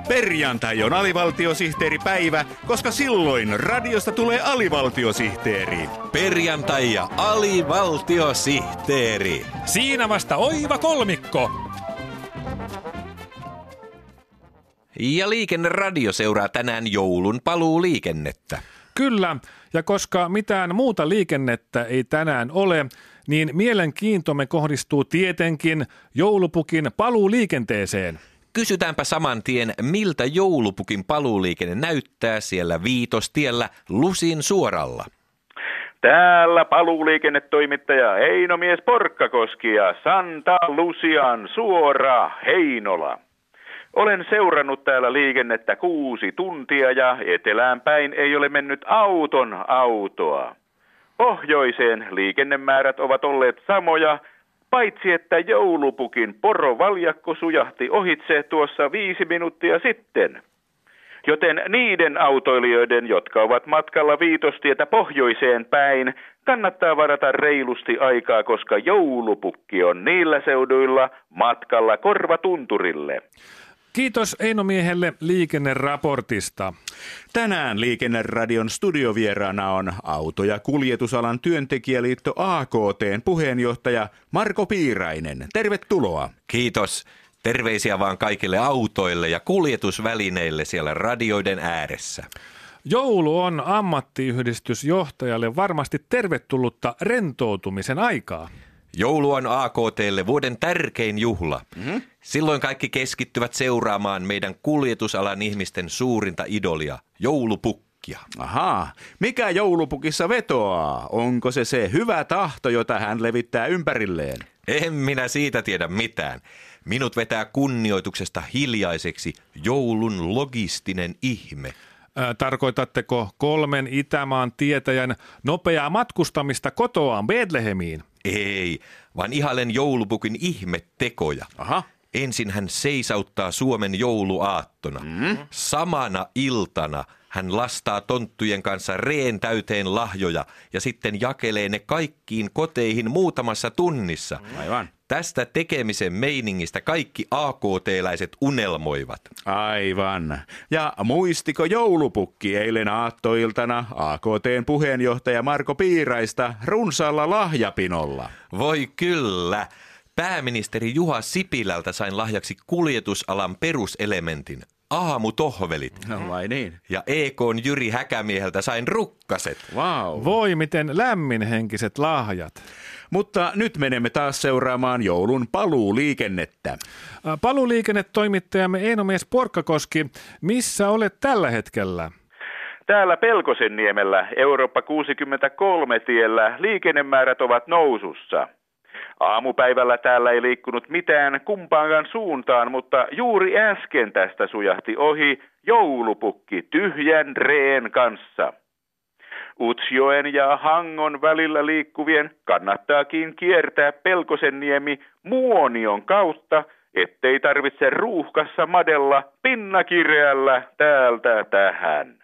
Perjantai on alivaltiosihteeripäivä, koska silloin radiosta tulee alivaltiosihteeri. Perjantai ja alivaltiosihteeri. Siinä vasta oiva kolmikko. Ja Liikenneradio seuraa tänään joulun paluuliikennettä. Kyllä, ja koska mitään muuta liikennettä ei tänään ole, niin mielenkiintomme kohdistuu tietenkin joulupukin paluuliikenteeseen. Kysytäänpä saman tien, miltä joulupukin paluuliikenne näyttää siellä Viitostiellä Lusin suoralla. Täällä paluuliikennetoimittaja Heinomies Porkkakoski ja Santa Lucian suora Heinola. Olen seurannut täällä liikennettä 6 tuntia ja etelään päin ei ole mennyt auton autoa. Pohjoiseen liikennemäärät ovat olleet samoja, paitsi että joulupukin porovaljakko sujahti ohitse tuossa 5 minuuttia sitten. Joten niiden autoilijoiden, jotka ovat matkalla Viitostietä pohjoiseen päin, kannattaa varata reilusti aikaa, koska joulupukki on niillä seuduilla matkalla Korvatunturille. Kiitos Eino-miehelle liikenneraportista. Tänään Liikenneradion studiovieraana on auto- ja kuljetusalan työntekijäliitto AKT:n puheenjohtaja Marko Piirainen. Tervetuloa. Kiitos. Terveisiä vaan kaikille autoille ja kuljetusvälineille siellä radioiden ääressä. Joulu on ammattiyhdistysjohtajalle varmasti tervetullutta rentoutumisen aikaa. Joulu on AKT:lle vuoden tärkein juhla. Silloin kaikki keskittyvät seuraamaan meidän kuljetusalan ihmisten suurinta idolia, joulupukkia. Ahaa, mikä joulupukissa vetoaa? Onko se hyvä tahto, jota hän levittää ympärilleen? En minä siitä tiedä mitään. Minut vetää kunnioituksesta hiljaiseksi joulun logistinen ihme. Tarkoitatteko 3 Itämaan tietäjän nopeaa matkustamista kotoaan Betlehemiin? Ei, vaan ihailen joulupukin ihmettekoja. Aha. Ensin hän seisauttaa Suomen jouluaattona. Samana iltana hän lastaa tonttujen kanssa reen täyteen lahjoja ja sitten jakelee ne kaikkiin koteihin muutamassa tunnissa. Aivan. Tästä tekemisen meiningistä kaikki AKT-läiset unelmoivat. Aivan. Ja muistiko joulupukki eilen aattoiltana AKT:n puheenjohtaja Marko Piiraista runsaalla lahjapinolla? Voi kyllä. Pääministeri Juha Sipilältä sain lahjaksi kuljetusalan peruselementin, aamutohvelit. No vai niin? Ja EK:n Jyri Häkämieheltä sain rukkaset. Wow. Voi miten lämminhenkiset lahjat. Mutta nyt menemme taas seuraamaan joulun paluuliikennettä. Paluuliikennetoimittajamme Eino-mies Porkkakoski, missä olet tällä hetkellä? Täällä Pelkosenniemellä Eurooppa 63 tiellä liikennemäärät ovat nousussa. Aamupäivällä täällä ei liikkunut mitään kumpaankaan suuntaan, mutta juuri äsken tästä sujahti ohi joulupukki tyhjän reen kanssa. Utsjoen ja Hangon välillä liikkuvien kannattaakin kiertää Pelkosenniemi Muonion kautta, ettei tarvitse ruuhkassa madella pinnakireällä täältä tähän.